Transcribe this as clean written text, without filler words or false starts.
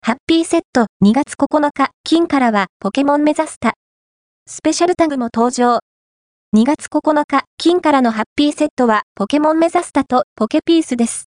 ハッピーセット2月9日金からはポケモン目指すた。スペシャルタグも登場。2月9日金からのハッピーセットはポケモン目指すたとポケピースです。